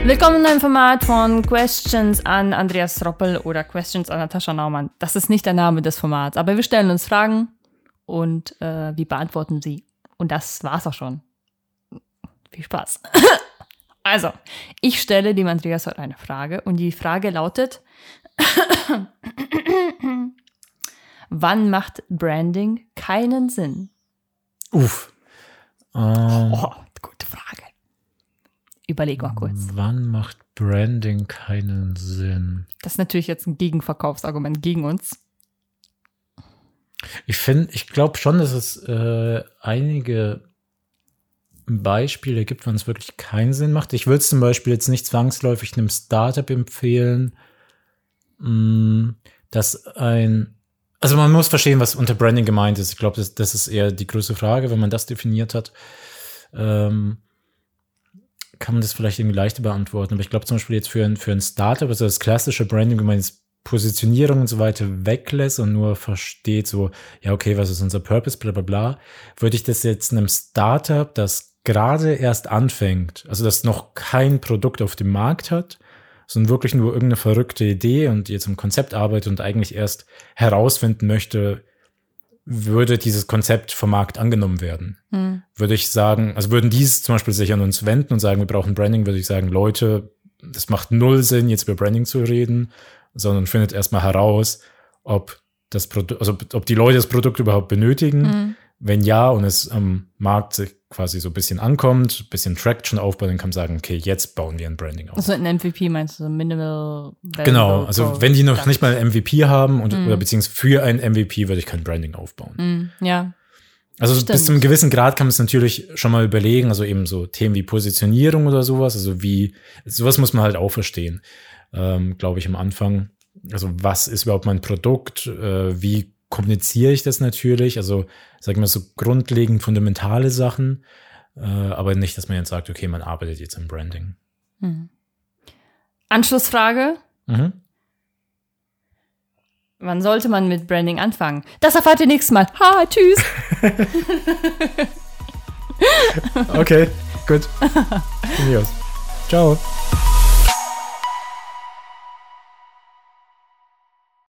Willkommen in einem Format von Questions an Andreas Roppel oder Questions an Natascha Naumann. Das ist nicht der Name des Formats, aber wir stellen uns Fragen und wir beantworten sie. Und das war's auch schon. Viel Spaß. Also, ich stelle dem Andreas heute eine Frage und die Frage lautet: Wann macht Branding keinen Sinn? Gute Frage. Überleg mal kurz. Wann macht Branding keinen Sinn? Das ist natürlich jetzt ein Gegenverkaufsargument gegen uns. Ich glaube schon, dass es einige Beispiele gibt, wann es wirklich keinen Sinn macht. Ich würde es zum Beispiel jetzt nicht zwangsläufig einem Startup empfehlen, also man muss verstehen, was unter Branding gemeint ist. Ich glaube, das ist eher die größte Frage. Wenn man das definiert hat, kann man das vielleicht irgendwie leichter beantworten. Aber ich glaube zum Beispiel jetzt für ein Startup, also das klassische Branding, wenn man jetzt Positionierung und so weiter weglässt und nur versteht so, ja okay, was ist unser Purpose, bla bla bla, würde ich das jetzt einem Startup, das gerade erst anfängt, also das noch kein Produkt auf dem Markt hat, sondern wirklich nur irgendeine verrückte Idee und jetzt im Konzept arbeitet und eigentlich erst herausfinden möchte, würde dieses Konzept vom Markt angenommen werden. Würde ich sagen, also würden die zum Beispiel sich an uns wenden und sagen, wir brauchen Branding, würde ich sagen, Leute, das macht null Sinn, jetzt über Branding zu reden, sondern findet erstmal heraus, ob die Leute das Produkt überhaupt benötigen. Wenn ja und es am Markt quasi so ein bisschen ankommt, ein bisschen Traction aufbaut, dann kann man sagen, okay, jetzt bauen wir ein Branding auf. Also ein MVP meinst du, Minimal Valuable Genau, also wenn die noch nicht mal ein MVP haben oder beziehungsweise für ein MVP würde ich kein Branding aufbauen. Ja. Also bis zu einem gewissen Grad kann man es natürlich schon mal überlegen, also eben so Themen wie Positionierung oder sowas, also sowas muss man halt auch verstehen, glaube ich, am Anfang. Also was ist überhaupt mein Produkt, wie kommuniziere ich das natürlich, also sagen wir so grundlegend fundamentale Sachen, aber nicht, dass man jetzt sagt, okay, man arbeitet jetzt im Branding. Anschlussfrage. Wann sollte man mit Branding anfangen? Das erfahrt ihr nächstes Mal. Tschüss. Okay, gut. Von mir aus. Ciao.